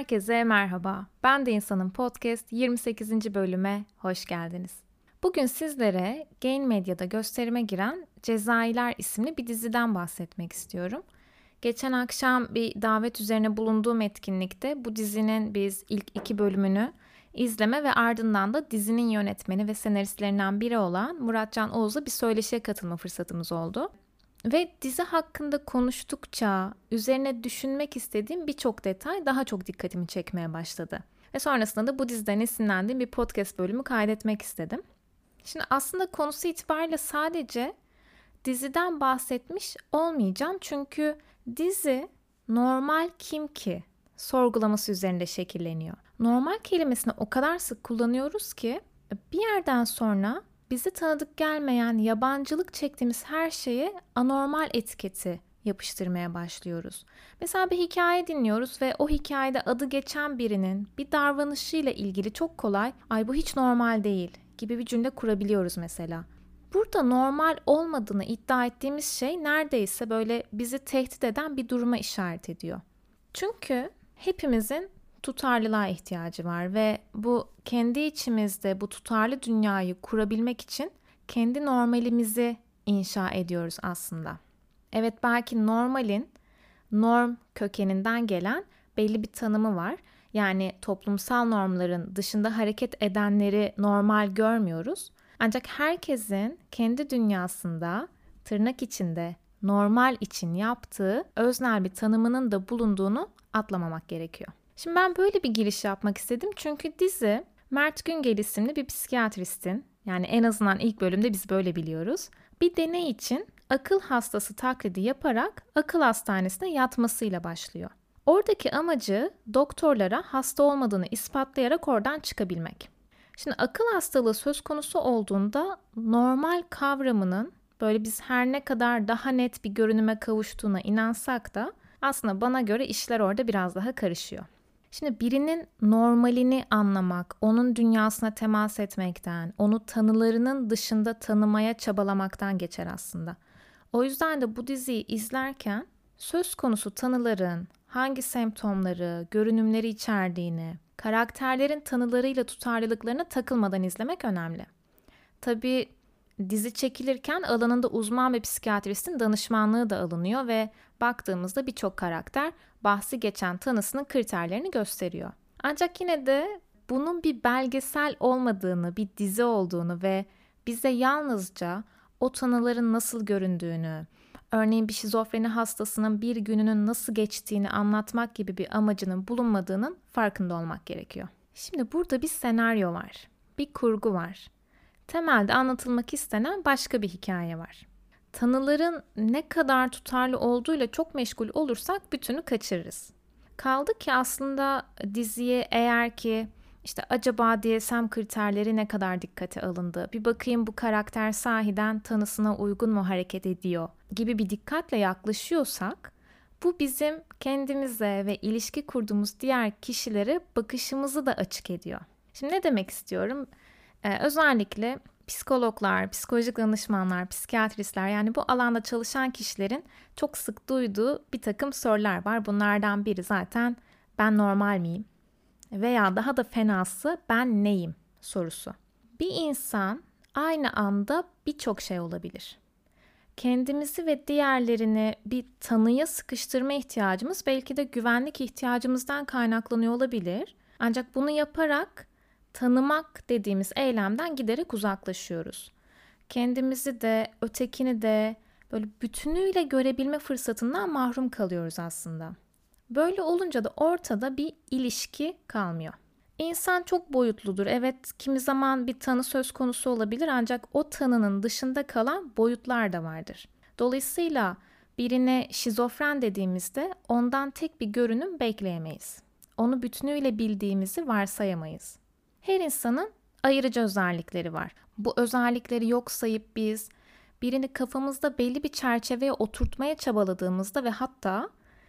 Herkese merhaba. Ben de İnsanım Podcast 28. bölüme hoş geldiniz. Bugün sizlere Gain Medya'da gösterime giren Cezayirler isimli bir diziden bahsetmek istiyorum. Geçen akşam bir davet üzerine bulunduğum etkinlikte bu dizinin biz ilk 2 bölümünü izleme ve ardından da dizinin yönetmeni ve senaristlerinden biri olan Muratcan Oğuz'la bir söyleşiye katılma fırsatımız oldu. Ve dizi hakkında konuştukça üzerine düşünmek istediğim birçok detay daha çok dikkatimi çekmeye başladı. Ve sonrasında da bu diziden esinlendiğim bir podcast bölümü kaydetmek istedim. Şimdi aslında konusu itibariyle sadece diziden bahsetmiş olmayacağım. Çünkü dizi normal kim ki sorgulaması üzerinde şekilleniyor. Normal kelimesini o kadar sık kullanıyoruz ki bir yerden sonra bizi tanıdık gelmeyen, yabancılık çektiğimiz her şeye anormal etiketi yapıştırmaya başlıyoruz. Mesela bir hikaye dinliyoruz ve o hikayede adı geçen birinin bir davranışıyla ilgili çok kolay "Ay bu hiç normal değil" gibi bir cümle kurabiliyoruz mesela. Burada normal olmadığını iddia ettiğimiz şey neredeyse böyle bizi tehdit eden bir duruma işaret ediyor. Çünkü hepimizin tutarlılığa ihtiyacı var ve bu kendi içimizde bu tutarlı dünyayı kurabilmek için kendi normalimizi inşa ediyoruz aslında. Evet, belki normalin norm kökeninden gelen belli bir tanımı var. Yani toplumsal normların dışında hareket edenleri normal görmüyoruz. Ancak herkesin kendi dünyasında tırnak içinde normal için yaptığı öznel bir tanımının da bulunduğunu atlamamak gerekiyor. Şimdi ben böyle bir giriş yapmak istedim çünkü dizi Mert Güngel isimli bir psikiyatristin, yani en azından ilk bölümde biz böyle biliyoruz, bir deney için akıl hastası taklidi yaparak akıl hastanesine yatmasıyla başlıyor. Oradaki amacı doktorlara hasta olmadığını ispatlayarak oradan çıkabilmek. Şimdi akıl hastalığı söz konusu olduğunda normal kavramının böyle biz her ne kadar daha net bir görünüme kavuştuğuna inansak da aslında bana göre işler orada biraz daha karışıyor. Şimdi birinin normalini anlamak, onun dünyasına temas etmekten, onu tanılarının dışında tanımaya çabalamaktan geçer aslında. O yüzden de bu diziyi izlerken söz konusu tanıların hangi semptomları, görünümleri içerdiğini, karakterlerin tanılarıyla tutarlılıklarına takılmadan izlemek önemli. Tabii dizi çekilirken alanında uzman bir psikiyatristin danışmanlığı da alınıyor ve baktığımızda birçok karakter bahsi geçen tanısının kriterlerini gösteriyor. Ancak yine de bunun bir belgesel olmadığını, bir dizi olduğunu ve bize yalnızca o tanıların nasıl göründüğünü, örneğin bir şizofreni hastasının bir gününün nasıl geçtiğini anlatmak gibi bir amacının bulunmadığının farkında olmak gerekiyor. Şimdi burada bir senaryo var, bir kurgu var. Temelde anlatılmak istenen başka bir hikaye var. Tanıların ne kadar tutarlı olduğuyla çok meşgul olursak bütünü kaçırırız. Kaldı ki aslında diziye eğer ki işte acaba DSM kriterleri ne kadar dikkate alındı, bir bakayım bu karakter sahiden tanısına uygun mu hareket ediyor gibi bir dikkatle yaklaşıyorsak bu bizim kendimize ve ilişki kurduğumuz diğer kişilere bakışımızı da açık ediyor. Şimdi ne demek istiyorum? Özellikle psikologlar, psikolojik danışmanlar, psikiyatristler, yani bu alanda çalışan kişilerin çok sık duyduğu bir takım sorular var. Bunlardan biri zaten ben normal miyim? Veya daha da fenası ben neyim sorusu. Bir insan aynı anda birçok şey olabilir. Kendimizi ve diğerlerini bir tanıya sıkıştırma ihtiyacımız belki de güvenlik ihtiyacımızdan kaynaklanıyor olabilir. Ancak bunu yaparak tanımak dediğimiz eylemden giderek uzaklaşıyoruz. Kendimizi de ötekini de böyle bütünüyle görebilme fırsatından mahrum kalıyoruz aslında. Böyle olunca da ortada bir ilişki kalmıyor. İnsan çok boyutludur. Evet, kimi zaman bir tanı söz konusu olabilir ancak o tanının dışında kalan boyutlar da vardır. Dolayısıyla birine şizofren dediğimizde ondan tek bir görünüm bekleyemeyiz. Onu bütünüyle bildiğimizi varsayamayız. Her insanın ayırıcı özellikleri var. Bu özellikleri yok sayıp biz birini kafamızda belli bir çerçeveye oturtmaya çabaladığımızda ve hatta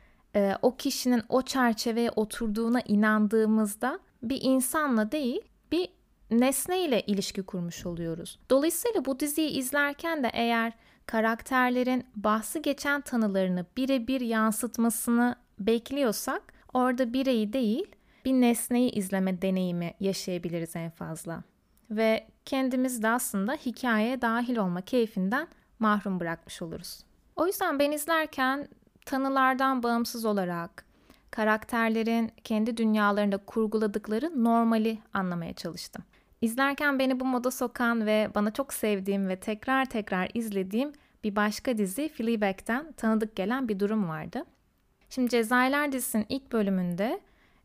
o kişinin o çerçeveye oturduğuna inandığımızda bir insanla değil bir nesneyle ilişki kurmuş oluyoruz. Dolayısıyla bu diziyi izlerken de eğer karakterlerin bahsi geçen tanılarını birebir yansıtmasını bekliyorsak orada bireyi değil Bir nesneyi izleme deneyimi yaşayabiliriz en fazla. Ve kendimiz de aslında hikayeye dahil olma keyfinden mahrum bırakmış oluruz. O yüzden ben izlerken tanılardan bağımsız olarak karakterlerin kendi dünyalarında kurguladıkları normali anlamaya çalıştım. İzlerken beni bu moda sokan ve bana çok sevdiğim ve tekrar tekrar izlediğim bir başka dizi Fleabag'den tanıdık gelen bir durum vardı. Şimdi Cezayirler dizisinin ilk bölümünde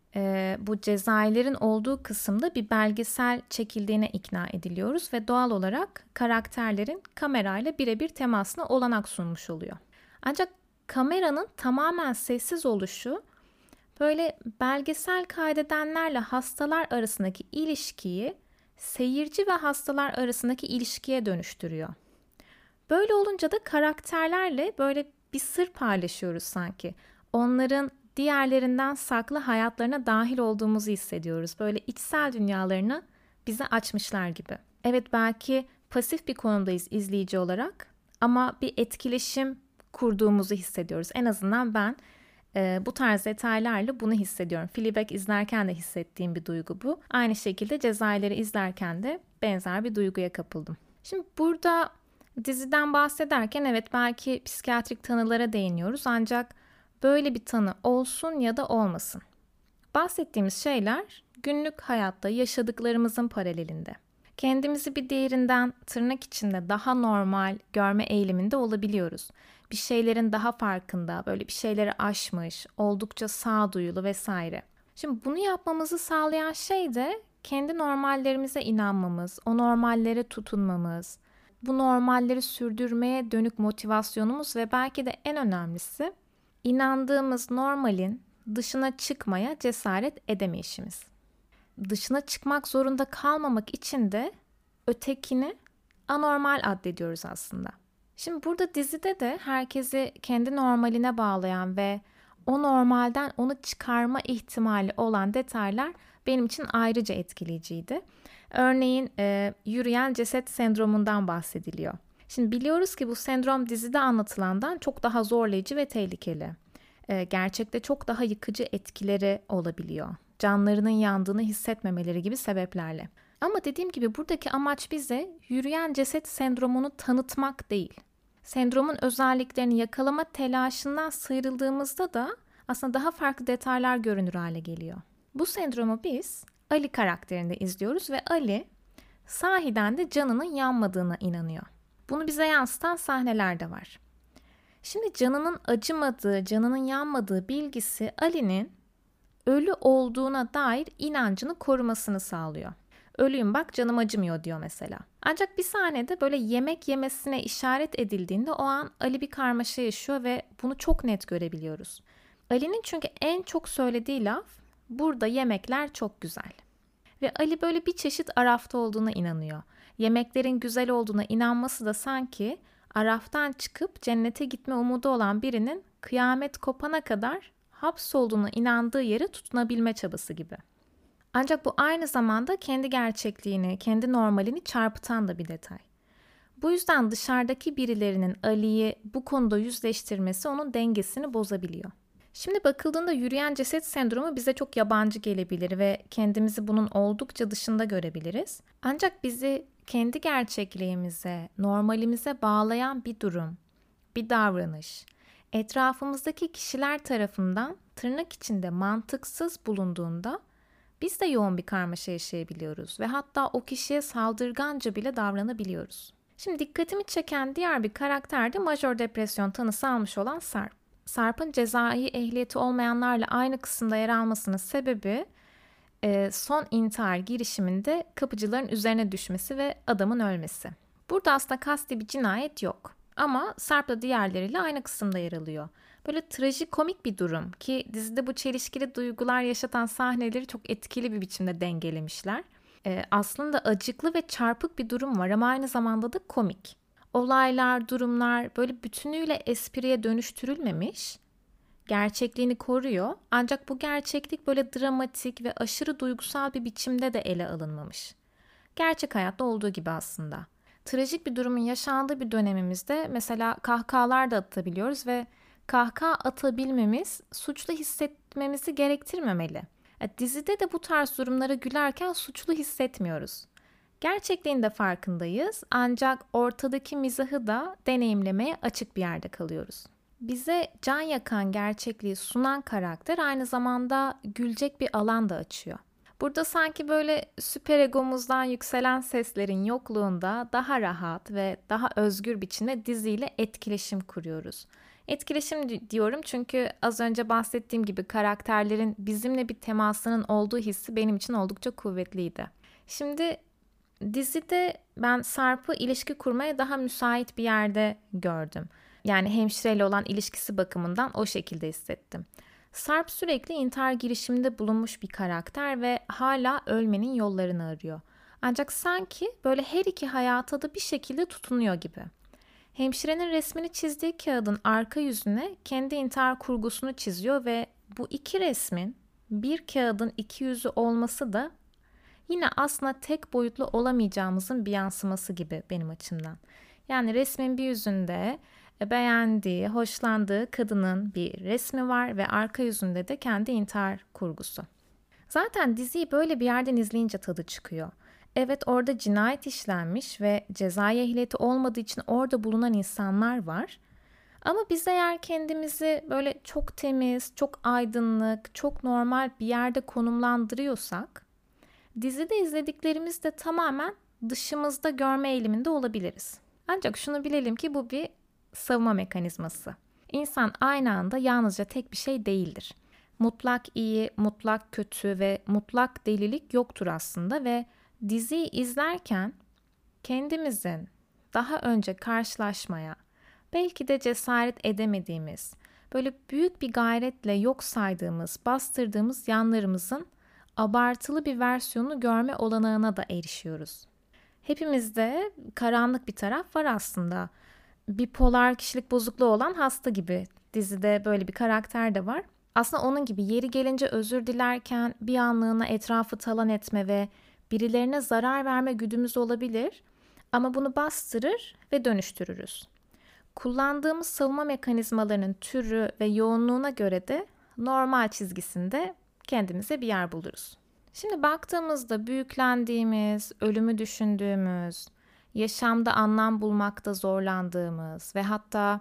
bu Cezayirlerin olduğu kısımda bir belgesel çekildiğine ikna ediliyoruz ve doğal olarak karakterlerin kamerayla birebir temasına olanak sunmuş oluyor. Ancak kameranın tamamen sessiz oluşu böyle belgesel kaydedenlerle hastalar arasındaki ilişkiyi seyirci ve hastalar arasındaki ilişkiye dönüştürüyor. Böyle olunca da karakterlerle böyle bir sır paylaşıyoruz sanki. Onların diğerlerinden saklı hayatlarına dahil olduğumuzu hissediyoruz. Böyle içsel dünyalarını bize açmışlar gibi. Evet, belki pasif bir konumdayız izleyici olarak ama bir etkileşim kurduğumuzu hissediyoruz. En azından ben bu tarz detaylarla bunu hissediyorum. Fleabag izlerken de hissettiğim bir duygu bu. Aynı şekilde Cezayirleri izlerken de benzer bir duyguya kapıldım. Şimdi burada diziden bahsederken evet belki psikiyatrik tanılara değiniyoruz ancak böyle bir tanı olsun ya da olmasın. Bahsettiğimiz şeyler günlük hayatta yaşadıklarımızın paralelinde. Kendimizi bir diğerinden tırnak içinde daha normal görme eğiliminde olabiliyoruz. Bir şeylerin daha farkında, böyle bir şeyleri aşmış, oldukça sağduyulu vesaire. Şimdi bunu yapmamızı sağlayan şey de kendi normallerimize inanmamız, o normallere tutunmamız, bu normalleri sürdürmeye dönük motivasyonumuz ve belki de en önemlisi inandığımız normalin dışına çıkmaya cesaret edemeyişimiz. Dışına çıkmak zorunda kalmamak için de ötekini anormal addediyoruz aslında. Şimdi burada dizide de herkesi kendi normaline bağlayan ve o normalden onu çıkarma ihtimali olan detaylar benim için ayrıca etkileyiciydi. Örneğin yürüyen ceset sendromundan bahsediliyor. Şimdi biliyoruz ki bu sendrom dizide anlatılandan çok daha zorlayıcı ve tehlikeli. Gerçekte çok daha yıkıcı etkileri olabiliyor. Canlarının yandığını hissetmemeleri gibi sebeplerle. Ama dediğim gibi buradaki amaç bize yürüyen ceset sendromunu tanıtmak değil. Sendromun özelliklerini yakalama telaşından sıyrıldığımızda da aslında daha farklı detaylar görünür hale geliyor. Bu sendromu biz Ali karakterinde izliyoruz ve Ali sahiden de canının yanmadığına inanıyor. Bunu bize yansıtan sahneler de var. Şimdi canının acımadığı, canının yanmadığı bilgisi Ali'nin ölü olduğuna dair inancını korumasını sağlıyor. Ölüyüm bak canım acımıyor diyor mesela. Ancak bir sahnede böyle yemek yemesine işaret edildiğinde o an Ali bir karmaşa yaşıyor ve bunu çok net görebiliyoruz. Ali'nin çünkü en çok söylediği laf burada yemekler çok güzel. Ve Ali böyle bir çeşit arafta olduğuna inanıyor. Yemeklerin güzel olduğuna inanması da sanki araftan çıkıp cennete gitme umudu olan birinin kıyamet kopana kadar hapsolduğuna inandığı yere tutunabilme çabası gibi. Ancak bu aynı zamanda kendi gerçekliğini, kendi normalini çarpıtan da bir detay. Bu yüzden dışarıdaki birilerinin Ali'yi bu konuda yüzleştirmesi onun dengesini bozabiliyor. Şimdi bakıldığında yürüyen ceset sendromu bize çok yabancı gelebilir ve kendimizi bunun oldukça dışında görebiliriz. Ancak bizi kendi gerçekliğimize, normalimize bağlayan bir durum, bir davranış, etrafımızdaki kişiler tarafından tırnak içinde mantıksız bulunduğunda biz de yoğun bir karmaşa yaşayabiliyoruz ve hatta o kişiye saldırganca bile davranabiliyoruz. Şimdi dikkatimi çeken diğer bir karakter de majör depresyon tanısı almış olan Sarp. Sarp'ın cezai ehliyeti olmayanlarla aynı kısımda yer almasının sebebi son intihar girişiminde kapıcıların üzerine düşmesi ve adamın ölmesi. Burada aslında kasti bir cinayet yok ama Sarp'la diğerleriyle aynı kısımda yer alıyor. Böyle trajikomik bir durum ki dizide bu çelişkili duygular yaşatan sahneleri çok etkili bir biçimde dengelemişler. Aslında acıklı ve çarpık bir durum var ama aynı zamanda da komik. Olaylar, durumlar böyle bütünüyle espriye dönüştürülmemiş, gerçekliğini koruyor. Ancak bu gerçeklik böyle dramatik ve aşırı duygusal bir biçimde de ele alınmamış. Gerçek hayatta olduğu gibi aslında. Trajik bir durumun yaşandığı bir dönemimizde mesela kahkahalar da atabiliyoruz ve kahkaha atabilmemiz suçlu hissetmemizi gerektirmemeli. Dizide de bu tarz durumlara gülerken suçlu hissetmiyoruz. Gerçekliğin de farkındayız ancak ortadaki mizahı da deneyimlemeye açık bir yerde kalıyoruz. Bize can yakan gerçekliği sunan karakter aynı zamanda gülecek bir alan da açıyor. Burada sanki böyle süper egomuzdan yükselen seslerin yokluğunda daha rahat ve daha özgür biçimde diziyle etkileşim kuruyoruz. Etkileşim diyorum çünkü az önce bahsettiğim gibi karakterlerin bizimle bir temasının olduğu hissi benim için oldukça kuvvetliydi. Şimdi dizide ben Sarp'ı ilişki kurmaya daha müsait bir yerde gördüm. Yani hemşireyle olan ilişkisi bakımından o şekilde hissettim. Sarp sürekli intihar girişiminde bulunmuş bir karakter ve hala ölmenin yollarını arıyor. Ancak sanki böyle her iki hayata da bir şekilde tutunuyor gibi. Hemşirenin resmini çizdiği kağıdın arka yüzüne kendi intihar kurgusunu çiziyor ve bu iki resmin bir kağıdın iki yüzü olması da yine aslında tek boyutlu olamayacağımızın bir yansıması gibi benim açımdan. Yani resmin bir yüzünde beğendiği, hoşlandığı kadının bir resmi var ve arka yüzünde de kendi intihar kurgusu. Zaten diziyi böyle bir yerden izleyince tadı çıkıyor. Evet, orada cinayet işlenmiş ve cezai ehliyeti olmadığı için orada bulunan insanlar var. Ama biz eğer kendimizi böyle çok temiz, çok aydınlık, çok normal bir yerde konumlandırıyorsak, dizide izlediklerimiz de tamamen dışımızda görme eğiliminde olabiliriz. Ancak şunu bilelim ki bu bir savunma mekanizması. İnsan aynı anda yalnızca tek bir şey değildir. Mutlak iyi, mutlak kötü ve mutlak delilik yoktur aslında ve diziyi izlerken kendimizin daha önce karşılaşmaya, belki de cesaret edemediğimiz, böyle büyük bir gayretle yok saydığımız, bastırdığımız yanlarımızın abartılı bir versiyonunu görme olanağına da erişiyoruz. Hepimizde karanlık bir taraf var aslında. Bipolar kişilik bozukluğu olan hasta gibi. Dizide böyle bir karakter de var. Aslında onun gibi yeri gelince özür dilerken bir anlığına etrafı talan etme ve birilerine zarar verme güdümüz olabilir. Ama bunu bastırır ve dönüştürürüz. Kullandığımız savunma mekanizmalarının türü ve yoğunluğuna göre de normal çizgisinde kendimize bir yer buluruz. Şimdi baktığımızda büyüklendiğimiz, ölümü düşündüğümüz, yaşamda anlam bulmakta zorlandığımız ve hatta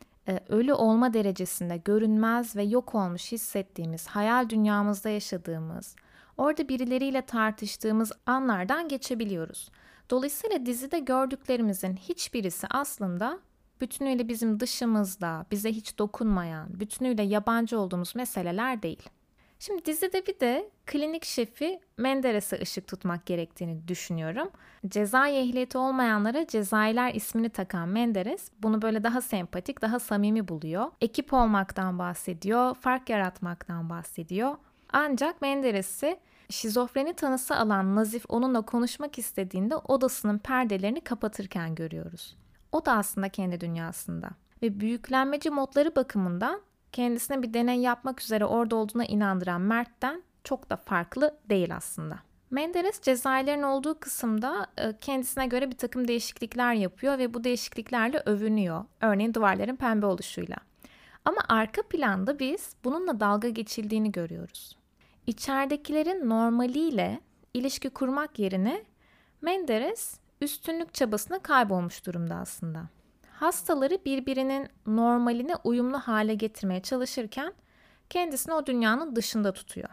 ölü olma derecesinde görünmez ve yok olmuş hissettiğimiz, hayal dünyamızda yaşadığımız, orada birileriyle tartıştığımız anlardan geçebiliyoruz. Dolayısıyla dizide gördüklerimizin hiçbirisi aslında bütünüyle bizim dışımızda, bize hiç dokunmayan, bütünüyle yabancı olduğumuz meseleler değil. Şimdi dizide bir de klinik şefi Menderes'e ışık tutmak gerektiğini düşünüyorum. Cezai ehliyeti olmayanlara Cezailer ismini takan Menderes bunu böyle daha sempatik, daha samimi buluyor. Ekip olmaktan bahsediyor, fark yaratmaktan bahsediyor. Ancak Menderes'i şizofreni tanısı alan Nazif onunla konuşmak istediğinde odasının perdelerini kapatırken görüyoruz. O da aslında kendi dünyasında ve büyüklenmeci modları bakımından kendisine bir deney yapmak üzere orada olduğuna inandıran Mert'ten çok da farklı değil aslında. Menderes Cezayirlerin olduğu kısımda kendisine göre bir takım değişiklikler yapıyor ve bu değişikliklerle övünüyor. Örneğin duvarların pembe oluşuyla. Ama arka planda biz bununla dalga geçildiğini görüyoruz. İçeridekilerin normaliyle ilişki kurmak yerine Menderes üstünlük çabasına kaybolmuş durumda aslında. Hastaları birbirinin normaline uyumlu hale getirmeye çalışırken kendisini o dünyanın dışında tutuyor.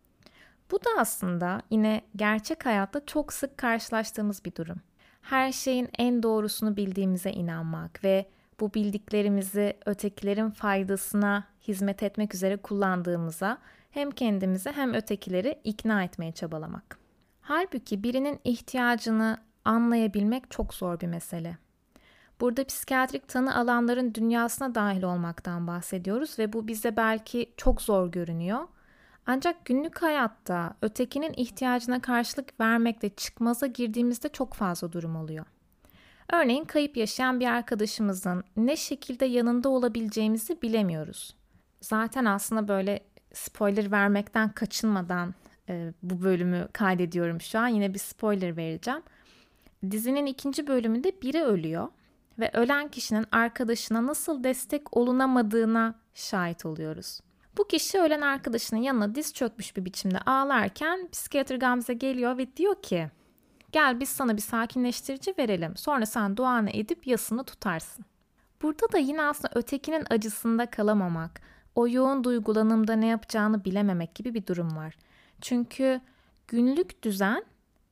Bu da aslında yine gerçek hayatta çok sık karşılaştığımız bir durum. Her şeyin en doğrusunu bildiğimize inanmak ve bu bildiklerimizi ötekilerin faydasına hizmet etmek üzere kullandığımıza hem kendimizi hem ötekileri ikna etmeye çabalamak. Halbuki birinin ihtiyacını anlayabilmek çok zor bir mesele. Burada psikiyatrik tanı alanların dünyasına dahil olmaktan bahsediyoruz ve bu bize belki çok zor görünüyor. Ancak günlük hayatta ötekinin ihtiyacına karşılık vermekle çıkmaza girdiğimizde çok fazla durum oluyor. Örneğin kayıp yaşayan bir arkadaşımızın ne şekilde yanında olabileceğimizi bilemiyoruz. Zaten aslında böyle spoiler vermekten kaçınmadan bu bölümü kaydediyorum şu an. Yine bir spoiler vereceğim. Dizinin 2. bölümünde biri ölüyor ve ölen kişinin arkadaşına nasıl destek olunamadığına şahit oluyoruz. Bu kişi ölen arkadaşının yanına diz çökmüş bir biçimde ağlarken psikiyatr Gamze geliyor ve diyor ki gel biz sana bir sakinleştirici verelim. Sonra sen duanı edip yasını tutarsın. Burada da yine aslında ötekinin acısında kalamamak, o yoğun duygulanımda ne yapacağını bilememek gibi bir durum var. Çünkü günlük düzen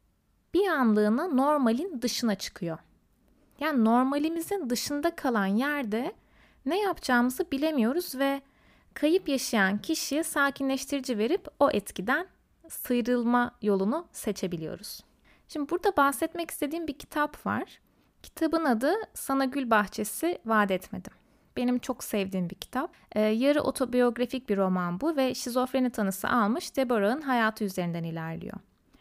bir anlığına normalin dışına çıkıyor. Yani normalimizin dışında kalan yerde ne yapacağımızı bilemiyoruz ve kayıp yaşayan kişiye sakinleştirici verip o etkiden sıyrılma yolunu seçebiliyoruz. Şimdi burada bahsetmek istediğim bir kitap var. Kitabın adı Sana Gül Bahçesi Vaat Etmedim. Benim çok sevdiğim bir kitap. Yarı otobiyografik bir roman bu ve şizofreni tanısı almış Deborah'ın hayatı üzerinden ilerliyor.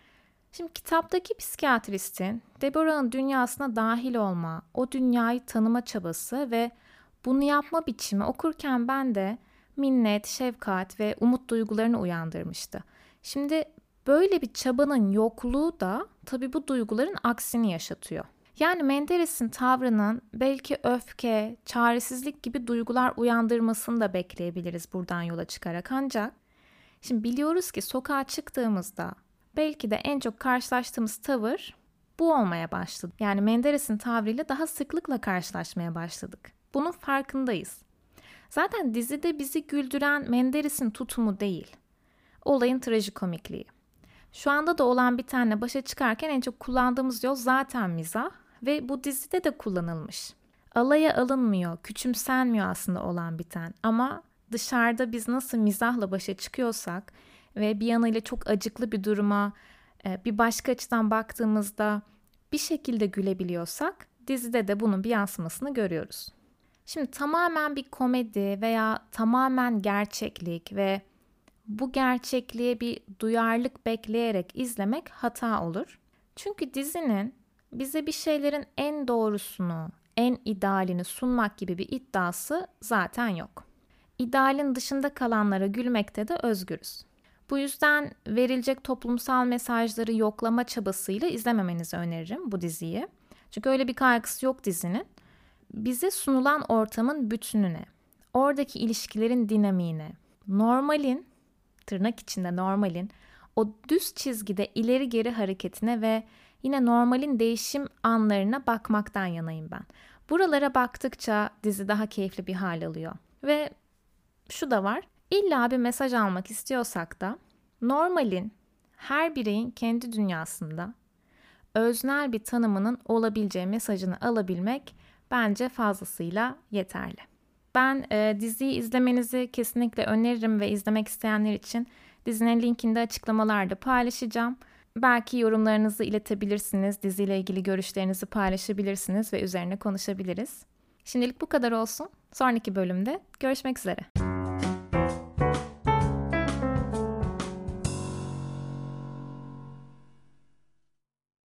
Şimdi kitaptaki psikiyatristin Deborah'ın dünyasına dahil olma, o dünyayı tanıma çabası ve bunu yapma biçimi okurken ben de minnet, şefkat ve umut duygularını uyandırmıştı. Şimdi böyle bir çabanın yokluğu da tabii bu duyguların aksini yaşatıyor. Yani Menderes'in tavrının belki öfke, çaresizlik gibi duygular uyandırmasını da bekleyebiliriz buradan yola çıkarak. Ancak şimdi biliyoruz ki sokağa çıktığımızda belki de en çok karşılaştığımız tavır bu olmaya başladı. Yani Menderes'in tavrıyla daha sıklıkla karşılaşmaya başladık. Bunun farkındayız. Zaten dizide bizi güldüren Menderes'in tutumu değil, olayın trajikomikliği. Şu anda da olan bitenle başa çıkarken en çok kullandığımız yol zaten mizah ve bu dizide de kullanılmış. Alaya alınmıyor, küçümsenmiyor aslında olan biten ama dışarıda biz nasıl mizahla başa çıkıyorsak ve bir yanıyla çok acıklı bir duruma bir başka açıdan baktığımızda bir şekilde gülebiliyorsak dizide de bunun bir yansımasını görüyoruz. Şimdi tamamen bir komedi veya tamamen gerçeklik ve bu gerçekliğe bir duyarlılık bekleyerek izlemek hata olur. Çünkü dizinin bize bir şeylerin en doğrusunu, en idealini sunmak gibi bir iddiası zaten yok. İdealin dışında kalanlara gülmekte de özgürüz. Bu yüzden verilecek toplumsal mesajları yoklama çabasıyla izlememenizi öneririm bu diziyi. Çünkü öyle bir kaygısı yok dizinin. Bize sunulan ortamın bütününe, oradaki ilişkilerin dinamiğine, normalin, tırnak içinde normalin, o düz çizgide ileri geri hareketine ve yine normalin değişim anlarına bakmaktan yanayım ben. Buralara baktıkça dizi daha keyifli bir hal alıyor. Ve şu da var, illa bir mesaj almak istiyorsak da normalin her bireyin kendi dünyasında öznel bir tanımının olabileceği mesajını alabilmek bence fazlasıyla yeterli. Ben diziyi izlemenizi kesinlikle öneririm ve izlemek isteyenler için dizinin linkini de açıklamalarda paylaşacağım. Belki yorumlarınızı iletebilirsiniz, diziyle ilgili görüşlerinizi paylaşabilirsiniz ve üzerine konuşabiliriz. Şimdilik bu kadar olsun. Sonraki bölümde görüşmek üzere.